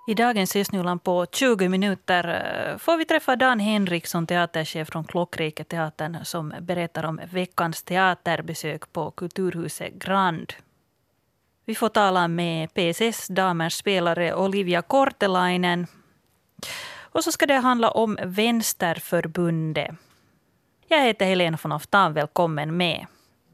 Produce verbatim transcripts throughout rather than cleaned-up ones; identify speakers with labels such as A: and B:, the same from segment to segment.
A: I dagens Östnyland på tjugo minuter får vi träffa Dan Henriksson, teaterchef från Klockriket teatern, som berättar om veckans teaterbesök på Kulturhuset Grand. Vi får tala med P S S damers spelare Olivia Kortelainen. Och så ska det handla om Vänsterförbundet. Jag heter Helena von Aftan, välkommen med.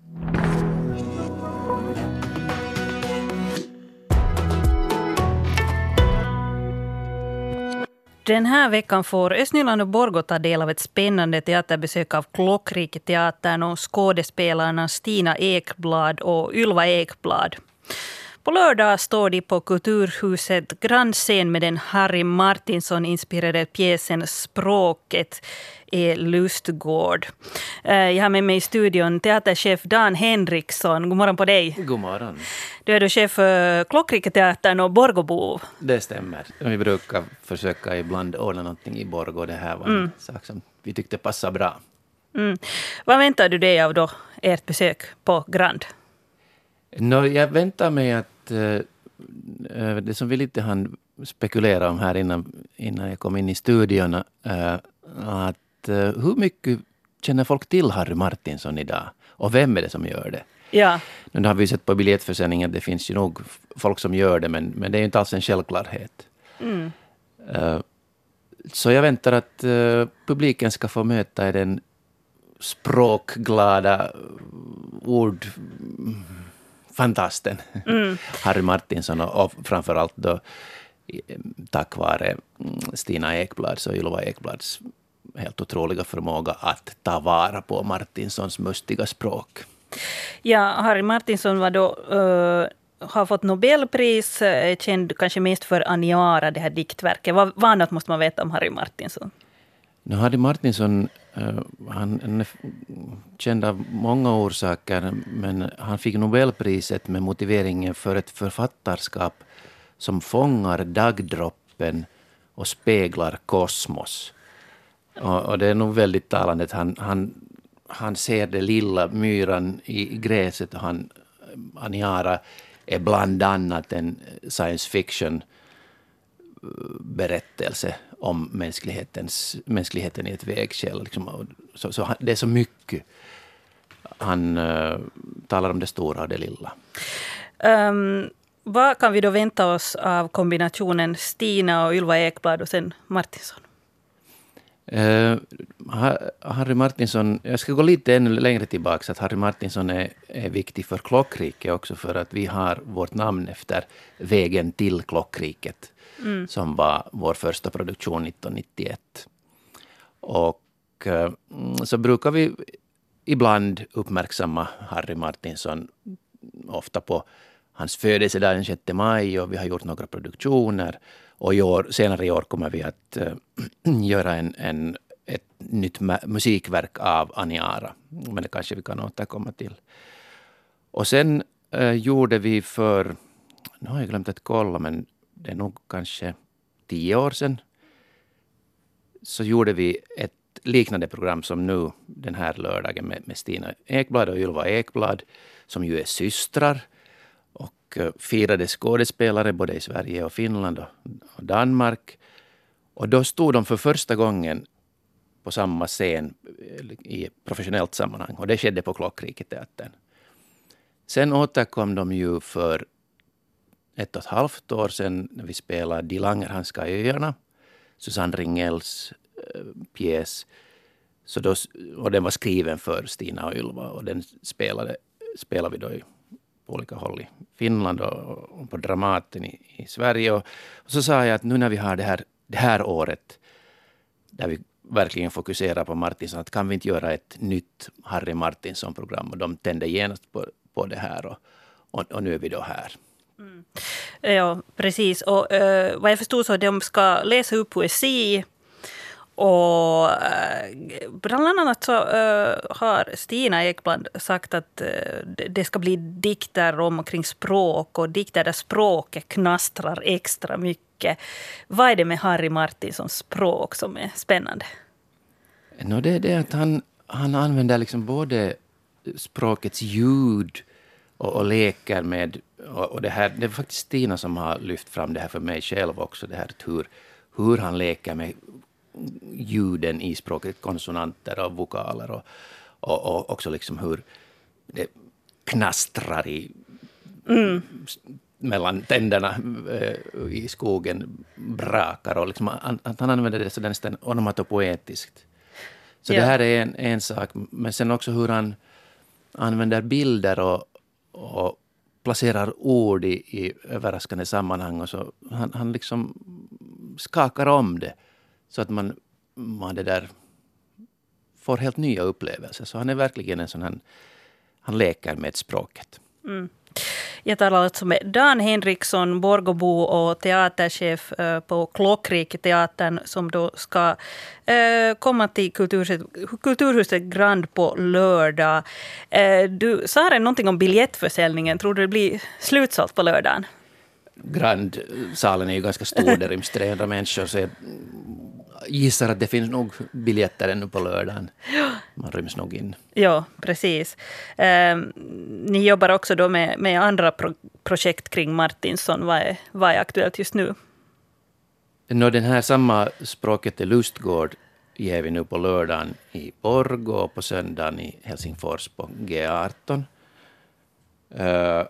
A: Den här veckan får Östnyland och Borgå ta del av ett spännande teaterbesök av Klockriket teatern och skådespelarna Stina Ekblad och Ylva Ekblad. På lördag står de på Kulturhuset Grand scen med den Harry Martinson-inspirerade pjäsen Språket är lustgård. Jag har med mig i studion teaterchef Dan Henriksson. God morgon på dig.
B: God morgon.
A: Du är då chef för Klockriket teatern och Borgåbo.
B: Det stämmer. Vi brukar försöka ibland ordna någonting i Borgå. Det här var en mm. sak som vi tyckte passade bra.
A: Mm. Vad väntar du dig av då ert besök på Grand?
B: No, jag väntar mig att uh, det som vi lite hann spekulera om här innan, innan jag kom in i studion, uh, att uh, hur mycket känner folk till Harry Martinson idag? Och vem är det som gör det?
A: Ja.
B: Nu har vi sett på biljettförsäljningen, det finns ju nog folk som gör det, men, men det är ju inte alls en självklarhet. Mm. Uh, så jag väntar att uh, publiken ska få möta den språkglada ord... fantasten, mm. Harry Martinson och, och framförallt då tack vare Stina Ekblads och Ylva Ekblads helt otroliga förmåga att ta vara på Martinsons mustiga språk.
A: Ja, Harry Martinson var då, uh, har fått Nobelpris, uh, känd kanske mest för Aniara, det här diktverket. Vad, vad annat måste man veta om Harry Martinson?
B: Nu Harry Martinson, uh, han, han är känd av många orsaker, men han fick Nobelpriset med motiveringen för ett författarskap som fångar dagdroppen och speglar kosmos. Och, och det är nog väldigt talande att han, han, han ser det lilla myran i gräset, och han, Aniara är bland annat en science fiction berättelse om mänsklighetens, mänskligheten i ett vägskäl. Liksom. Så, så det är så mycket. Han uh, talar om det stora och det lilla.
A: Um, vad kan vi då vänta oss av kombinationen Stina och Ylva Ekblad och sen Martinson?
B: Uh, Harry Martinson, jag ska gå lite ännu längre tillbaka, så att Harry Martinson är, är viktig för Klockriket också, för att vi har vårt namn efter vägen till Klockriket. Mm. Som var vår första produktion nittonhundranittioett. Och uh, så brukar vi ibland uppmärksamma Harry Martinson, ofta på hans födelsedag den sjätte maj, och vi har gjort några produktioner. Och i år, senare i år kommer vi att uh, göra en, en, ett nytt ma- musikverk av Aniara. Men det kanske vi kan återkomma till. Och sen uh, gjorde vi för, nu har jag glömt att kolla, men det är nog kanske tio år sedan, så gjorde vi ett liknande program som nu den här lördagen med, med Stina Ekblad och Ylva Ekblad, som ju är systrar och uh, firade skådespelare både i Sverige och Finland och, och Danmark. Och då stod de för första gången på samma scen i professionellt sammanhang, och det skedde på Klockriket teatern. Sen återkom de ju för ett och ett halvt år sedan när vi spelade De Langerhanska öarna, Susanne Ringells äh, pjäs. Så då, och den var skriven för Stina och Ylva, och den spelade, spelade vi då i, på olika håll i Finland och, och på Dramaten i, i Sverige. Och, och så sa jag att nu när vi har det här, det här året där vi verkligen fokuserar på Martinson, att kan vi inte göra ett nytt Harry Martinson-program? Och de tände genast på, på det här, och, och, och nu är vi då här.
A: Mm. Ja, precis. Och uh, vad jag förstod så de ska läsa upp poesi, och uh, bland annat så uh, har Stina Ekblad sagt att uh, det ska bli dikter om och kring språk, och dikter där språket knastrar extra mycket. Vad är det med Harry Martinsons språk som är spännande?
B: No, det är det att han, han använder liksom både språkets ljud och, och leker med och, och det, här, det är faktiskt Stina som har lyft fram det här för mig själv också. Det här hur, hur han leker med ljuden i språket, konsonanter och vokaler. Och, och, och också liksom hur det knastrar i, mm. mellan tänderna äh, i skogen, brakar. Och liksom, han, han använder det så nästan onomatopoetiskt. Så ja. Det här är en, en sak. Men sen också hur han använder bilder och, och placerar ord i, i överraskande sammanhang. Och så han, han liksom skakar om det så att man, man det där får helt nya upplevelser. Så han är verkligen en sån här, han leker med språket. Mm.
A: Jag talar alltså med Dan Henriksson, Borgåbo och teaterchef på Klockrike-teatern som då ska eh, komma till Kulturhuset, Kulturhuset Grand på lördag. Eh, du sa det någonting om biljettförsäljningen. Tror du det blir slutsålt på lördagen?
B: Grand-salen är ju ganska stor, där ryms trehundra människor, så jag gissar att det finns nog biljetter ännu på lördagen. Man ryms nog in.
A: Ja, precis. Eh, ni jobbar också då med, med andra pro- projekt kring Martinsson. Vad är, vad är aktuellt just nu?
B: Nå, den här samma språket i Lustgård ger vi nu på lördagen i Borgå och på söndagen i Helsingfors på G arton. Eh,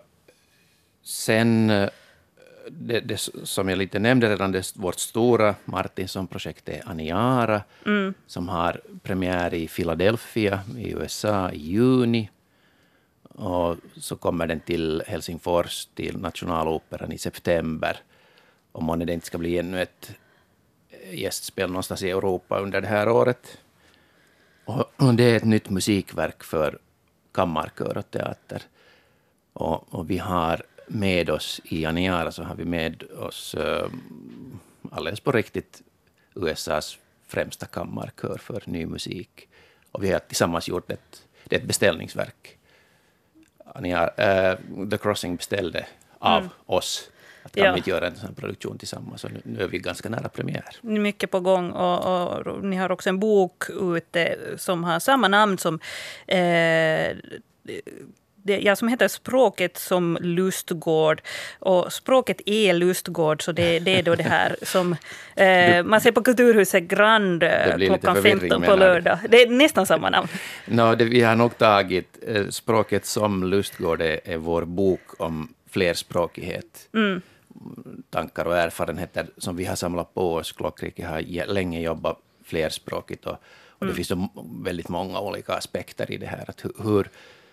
B: sen Det, det som jag lite nämnde redan, det vårt stora Martinsson-projekt är Aniara, mm. som har premiär i Philadelphia i U S A i juni. Och så kommer den till Helsingfors, till Nationaloperan i september. Om man det inte ska bli ännu ett gästspel någonstans i Europa under det här året. Och, och det är ett nytt musikverk för kammarkör och teater. Och, och vi har med oss i Aniara, så har vi med oss uh, alldeles på riktigt U S A:s främsta kammarkör för ny musik. Och vi har tillsammans gjort ett, det är ett beställningsverk. Aniara, uh, The Crossing beställde av mm. oss att kan ja. vi göra en sån produktion tillsammans. Och nu, nu är vi ganska nära premiär.
A: Mycket på gång, och, och ni har också en bok ute som har samma namn som eh, Det, ja, som heter Språket som Lustgård. Och språket är Lustgård, så det, det är då det här som eh, man ser på Kulturhuset Grand klockan femton på lördag. Det är nästan samma namn.
B: No, det, vi har nog tagit eh, Språket som Lustgård är, är vår bok om flerspråkighet. Mm. Tankar och erfarenheter som vi har samlat på oss. Klockrike har länge jobbat flerspråkigt, och, och mm. det finns så väldigt många olika aspekter i det här. Att hur, hur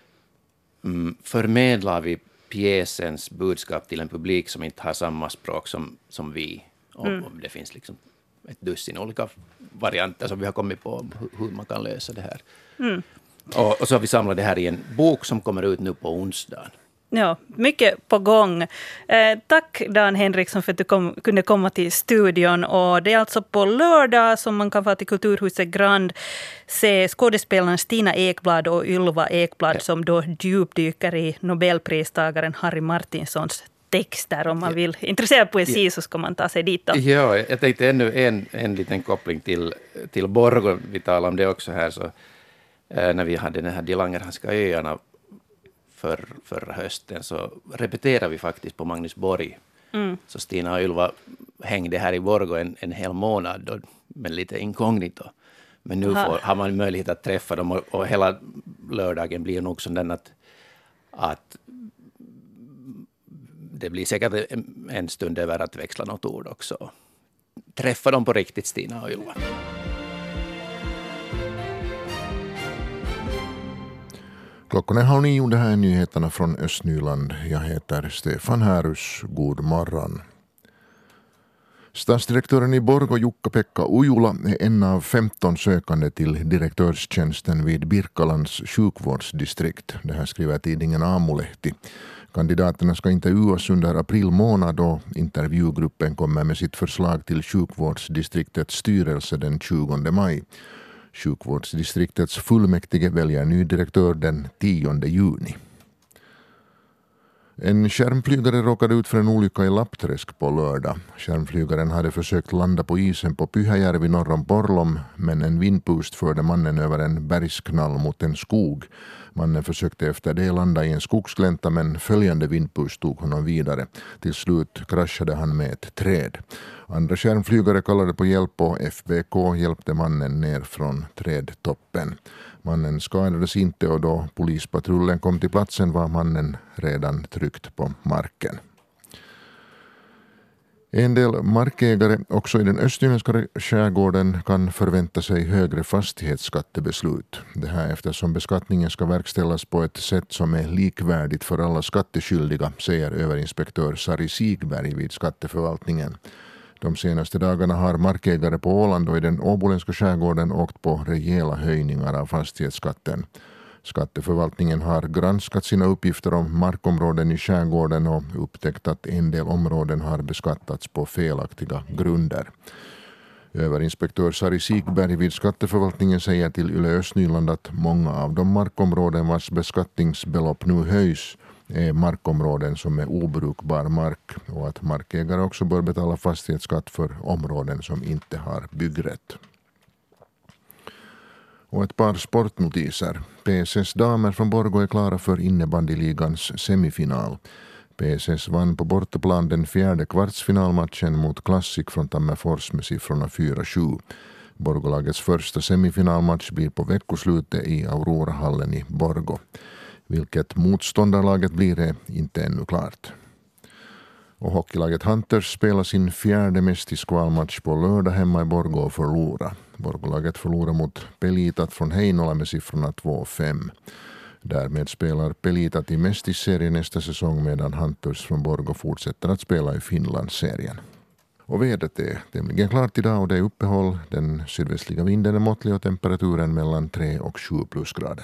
B: Mm, förmedlar vi pjäsens budskap till en publik som inte har samma språk som, som vi. Och, mm. och det finns liksom ett dussin olika varianter som vi har kommit på hur, hur man kan lösa det här. Mm. Och, och så har vi samlat det här i en bok som kommer ut nu på onsdagen.
A: Ja, mycket på gång. Eh, tack Dan Henriksson för att du kom, kunde komma till studion. Och det är alltså på lördag som man kan få till Kulturhuset Grand se skådespelarna Stina Ekblad och Ylva Ekblad ja. som då djupdyker i Nobelpristagaren Harry Martinsons texter. Om man vill intressera poesi ja. så ska man ta sig dit då.
B: Ja, jag tänkte ännu en, en liten koppling till, till Borgå. Vi talade om det också här. Så, eh, när vi hade den här De Langerhanska öarna För, förra hösten, så repeterar vi faktiskt på Magnusborg. Mm. Så Stina och Ylva hängde här i Borgå en, en hel månad då, med lite inkognito. Men nu får, har man möjlighet att träffa dem, och, och hela lördagen blir nog som den att, att det blir säkert en, en stund över att växla något ord också. Träffa dem på riktigt, Stina och Ylva.
C: Klockan är halv nio, det här är nyheterna från Östnyland. Jag heter Stefan Härus. God morgon. Stadsdirektören i Borgå, Jukka-Pekka Ujula, är en av femton sökande till direktörstjänsten vid Birkalands sjukvårdsdistrikt. Det här skriver tidningen Aamulehti. Kandidaterna ska intervjuas under april månad, och intervjugruppen kommer med sitt förslag till sjukvårdsdistriktets styrelse den tjugonde maj. Sjukvårdsdistriktets fullmäktige väljer ny direktör den tionde juni. En skärmflygare råkade ut för en olycka i Lappträsk på lördag. Skärmflygaren hade försökt landa på isen på Pyhäjärvi norr om Porlom, men en vindpust förde mannen över en bergsknall mot en skog. Mannen försökte efter det landa i en skogsglänta, men följande vindpuss tog honom vidare. Till slut kraschade han med ett träd. Andra skärmflygare kallade på hjälp och F B K hjälpte mannen ner från trädtoppen. Mannen skadades inte och då polispatrullen kom till platsen var mannen redan tryckt på marken. En del markägare också i den östnyländska skärgården kan förvänta sig högre fastighetsskattebeslut. Det här eftersom beskattningen ska verkställas på ett sätt som är likvärdigt för alla skatteskyldiga, säger överinspektör Sari Sigberg vid skatteförvaltningen. De senaste dagarna har markägare på Åland och i den åboländska skärgården åkt på rejäla höjningar av fastighetsskatten. Skatteförvaltningen har granskat sina uppgifter om markområden i skärgården och upptäckt att en del områden har beskattats på felaktiga grunder. Överinspektör Sari Sigberg vid skatteförvaltningen säger till Yle Östnyland att många av de markområden vars beskattningsbelopp nu höjs är markområden som är obrukbar mark och att markägare också bör betala fastighetsskatt för områden som inte har byggrätt. Och ett par sportnotiser. P S S damer från Borgå är klara för innebandyligans semifinal. P S S vann på bortaplan den fjärde kvartsfinalmatchen mot Classic från Tammerfors med siffrorna fyra sju. Borgolagets första semifinalmatch blir på veckoslutet i Aurorahallen i Borgå. Vilket motståndarlaget blir är inte ännu klart. Och hockeylaget Hunters spelar sin fjärde mästiskvalmatch på lördag hemma i Borgå och förlora. Borgolaget förlorar mot Pelitat från Heinola med siffrorna två fem. Därmed spelar Pelitat i mästisserien nästa säsong medan Hunters från Borgå fortsätter att spela i Finlandsserien. Och vädret är tämligen klart idag och det är uppehåll. Den sydvästliga vinden är måttlig och temperaturen mellan tre och sju plusgrader.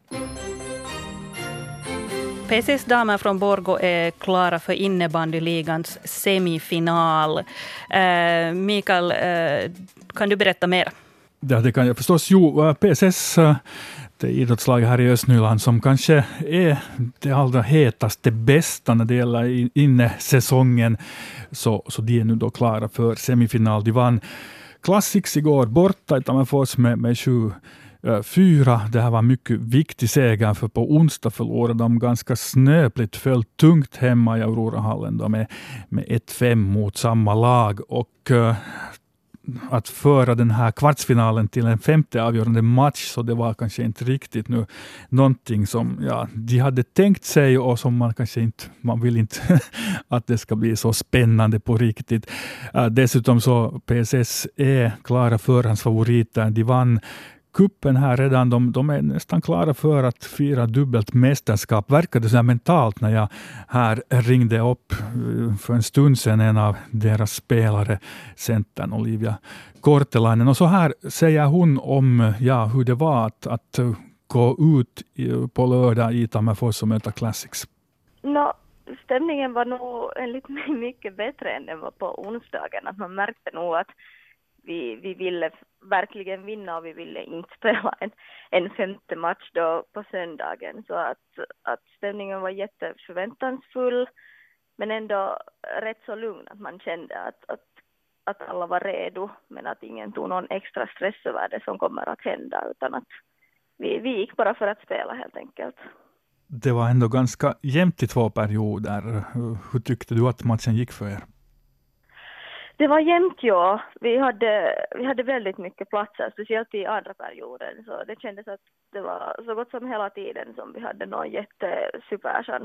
A: P S S damer från Borgå är klara för innebandyligans semifinal. Eh, Mikael, eh, kan du berätta mer?
D: Ja, det kan jag förstås. Jo, P S S, det idrottslaget här i Östnyland som kanske är det allra hetaste, bästa när det gäller innesäsongen. Så, så de är nu då klara för semifinal. De vann Classics igår borta i Tammerfors med, med sju fyra. Det här var en mycket viktig seger för på onsdag förlorade de ganska snöpligt, föll tungt hemma i Aurorahallen då med, med ett fem mot samma lag och uh, att föra den här kvartsfinalen till en femte avgörande match så det var kanske inte riktigt nu någonting som ja, de hade tänkt sig och som man kanske inte, man vill inte att det ska bli så spännande på riktigt. Uh, dessutom så P S S är klara förhandsfavoriter. De vann kuppen här redan, de, de är nästan klara för att fira dubbelt mästerskap. Verkade så här mentalt när jag här ringde upp för en stund sedan en av deras spelare, centern Olivia Kortelainen. Och så här säger hon om ja, hur det var att, att gå ut på lördag i Tammerfors och möta Classics.
E: No, stämningen var nog enligt mig mycket bättre än den var på onsdagen. Att man märkte nog att Vi, vi ville verkligen vinna och vi ville inte spela en, en femte match då på söndagen. Så att, att stämningen var jätteförväntansfull men ändå rätt så lugn. Att man kände att, att, att alla var redo men att ingen tog någon extra stress över det som kommer att hända. Utan att vi, vi gick bara för att spela helt enkelt.
D: Det var ändå ganska jämnt i två perioder. Hur tyckte du att matchen gick för er?
E: Det var jämnt, ja. Vi hade, vi hade väldigt mycket platser, speciellt i andra perioden. Så det kändes att det var så gott som hela tiden som vi hade någon jättesuperchans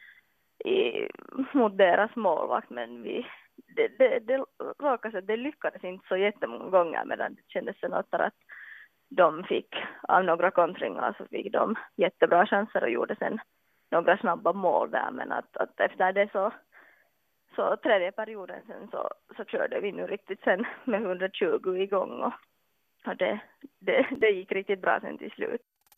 E: i, mot deras målvakt. Men vi, det, det, det, råkade, det lyckades inte så jättemånga gånger medan det kändes sen att de fick av några kontringar så fick de jättebra chanser och gjorde sen några snabba mål där. Men att, att efter det så Så tredje perioden sen så, så körde vi nu riktigt sen med hundratjugo igång och, och det, det, det gick riktigt bra sen till slut.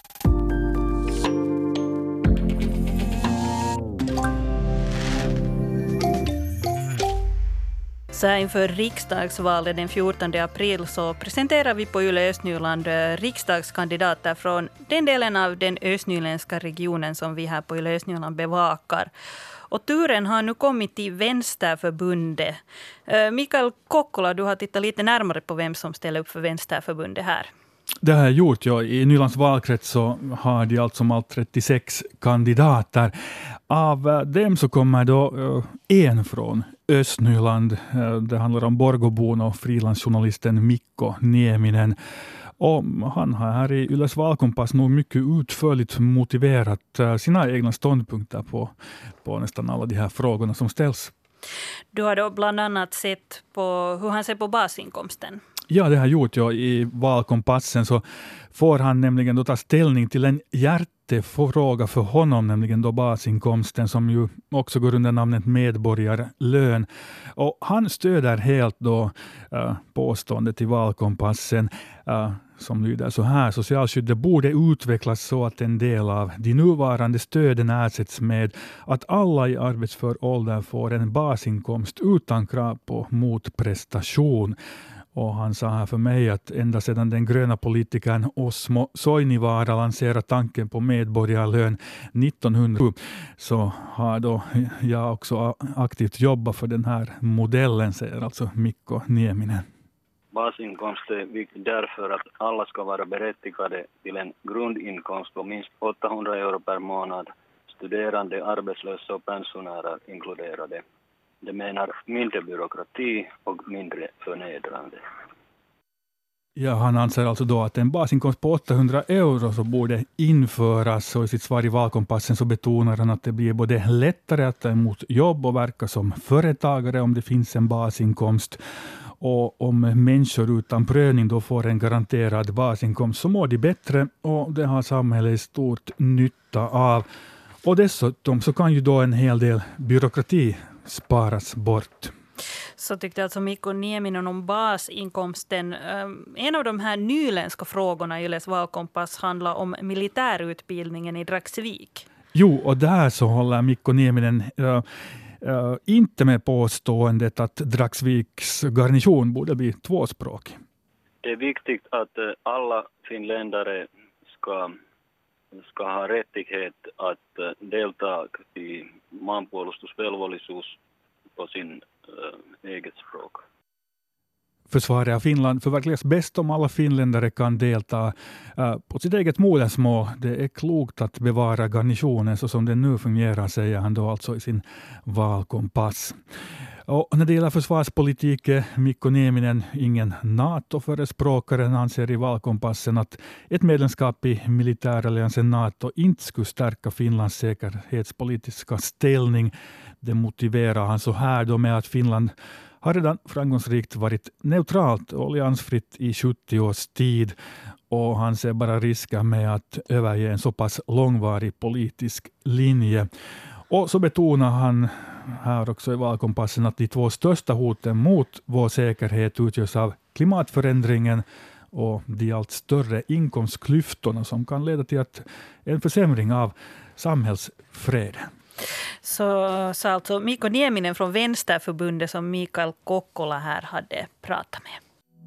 A: Så här inför riksdagsvalet den fjortonde april så presenterar vi på Yle Östnyland riksdagskandidater från den delen av den östnyländska regionen som vi här på Yle Östnyland bevakar. Och turen har nu kommit till Vänsterförbundet. Mikael Kokkola, du har tittat lite närmare på vem som ställer upp för Vänsterförbundet här.
D: Det har jag gjort. Ja. I Nylands valkrets så har de allt som allt trettiosex kandidater. Av dem så kommer då en från Östnyland. Det handlar om Borgobon och frilansjournalisten Mikko Nieminen. Och han har här i Yles valkompass nog mycket utförligt motiverat sina egna ståndpunkter på, på nästan alla de här frågorna som ställs.
A: Du har då bland annat sett på hur han ser på basinkomsten.
D: Ja, det har gjort jag i valkompassen, så får han nämligen då ta ställning till en hjärtefråga för honom, nämligen då basinkomsten som ju också går under namnet medborgarlön. Och han stöder helt då uh, påståendet i valkompassen uh, som lyder så här: socialskyddet borde utvecklas så att en del av de nuvarande stöden ersätts med att alla i arbetsför ålder får en basinkomst utan krav på motprestation. Och han sa här för mig att ända sedan den gröna politikern Osmo Soinivaara lanserade tanken på medborgarlön nittonhundra så har då jag också aktivt jobbat för den här modellen, säger alltså Mikko Nieminen.
F: Basinkomst är viktig därför att alla ska vara berättigade till en grundinkomst på minst åttahundra euro per månad, studerande, arbetslösa och pensionärer inkluderade. Det menar mindre byråkrati och mindre förnedrande.
D: Ja, han anser alltså då att en basinkomst på åttahundra euro så borde införas, och i sitt svar i valkompassen så betonar han att det blir både lättare att ta emot jobb och verka som företagare om det finns en basinkomst. Och om människor utan prövning då får en garanterad basinkomst så mår de bättre, och det har samhället stort nytta av. Och dessutom så kan ju då en hel del byråkrati sparas bort.
A: Så tyckte alltså Mikko Nieminen om basinkomsten. En av de här nyländska frågorna i Yles valkompass handlar om militärutbildningen i Dragsvik.
D: Jo, och där så håller Mikko Nieminen uh, uh, inte med påståendet att Dragsviks garnison borde bli tvåspråkig.
F: Det är viktigt att uh, alla finländare ska, ska ha rättighet att uh, delta i maanpuolustusvelvollisuus på sin uh, eget språk.
D: Försvaret av Finland förverkligas bäst om alla finländare kan delta uh, på sitt eget modersmål. Det är klokt att bevara garnisonen så som den nu fungerar, säger han då alltså i sin valkompass. Och när det gäller försvarspolitik är Mikko Nieminen ingen NATO-förespråkare. Han anser i valkompassen att ett medlemskap i militäralliansen NATO inte skulle stärka Finlands säkerhetspolitiska ställning. Det motiverar han så här då med att Finland har redan framgångsrikt varit neutralt och alliansfritt i sjuttio års tid, och han ser bara risker med att överge en så pass långvarig politisk linje. Och så betonar han här också i valkompassen att de två största hoten mot vår säkerhet utgörs av klimatförändringen och de allt större inkomstklyftorna som kan leda till att en försämring av samhällsfreden.
A: Så sa alltså Mikko Nieminen från Vänsterförbundet som Mikael Kokkola här hade pratat med.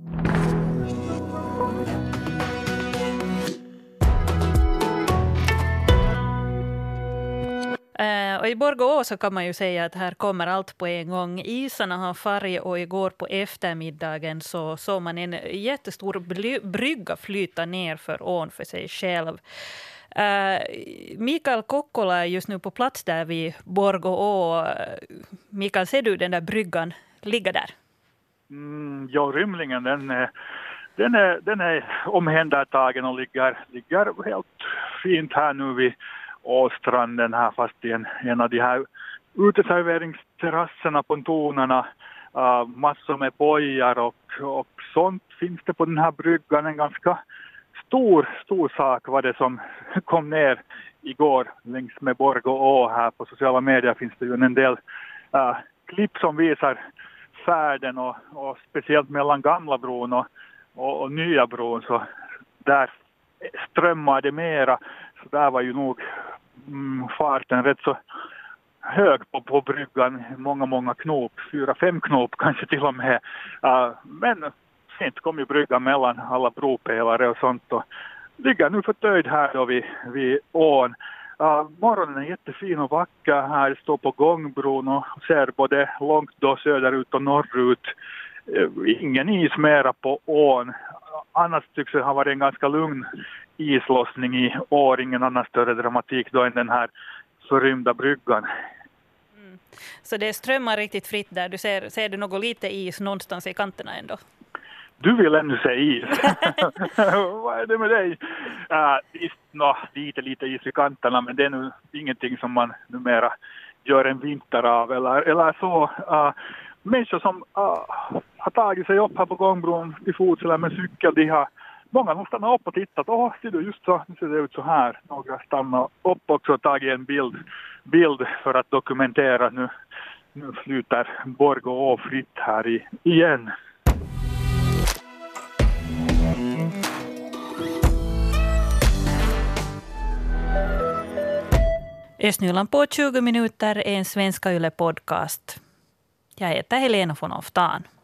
A: Uh, och i Borgå så kan man ju säga att här kommer allt på en gång. Isarna har färg, och igår på eftermiddagen så såg man en jättestor bly- brygga flyta ner för ån för sig själv. Uh, Mikael Kokkola är just nu på plats där vid Borgå. Mikael, ser du den där bryggan ligga där?
G: Mm, ja, rymlingen den är, den är, den är omhändertagen och ligger, ligger helt fint här nu vid Åstranden här, fast i en, en av de här uteserveringsterrasserna på tonerna. Uh, massor med bojar och, och sånt finns det på den här bryggan. En ganska stor, stor sak var det som kom ner igår längs med Borgå å. Här på sociala medier finns det ju en del uh, klipp som visar färden och, och speciellt mellan gamla bron och, och, och nya bron, så där strömmar det mera. Så där var ju nog mm, farten rätt så hög på, på bryggan. Många, många knop. Fyra, fem knop kanske till och med. Uh, men sent kom ju bryggan mellan alla bropelare och sånt. Och ligger nu förtöjd här då vid, vid ån. Uh, morgonen är jättefin och vacker här. Står på gångbron och ser både långt då söderut och norrut ingen is mera på ån. Annars tycks det ha varit en ganska lugn islossning i år. Ingen annan större dramatik då än den här förrymda bryggan.
A: Mm. Så det strömmar riktigt fritt där. Du ser, ser du något lite is någonstans i kanterna ändå?
G: Du vill ännu se is. Vad är det med dig? Uh, visst, no, lite, lite is i kanterna, men det är nu ingenting som man numera gör en vinter av. Eller, eller så. Uh, människor som uh, har tagit sig upp här på gångbron till fots eller med cykel, de har många har stannat upp och tittat. Åh, ser du just så, nu ser det ut så här. Några stannar upp också och tagit en bild, bild för att dokumentera. Nu, nu flyter Borgå å fritt här i, igen.
A: Östnyland på tjugo minuter är en Svenska Yle podcast. Jag heter Helena von Oftan.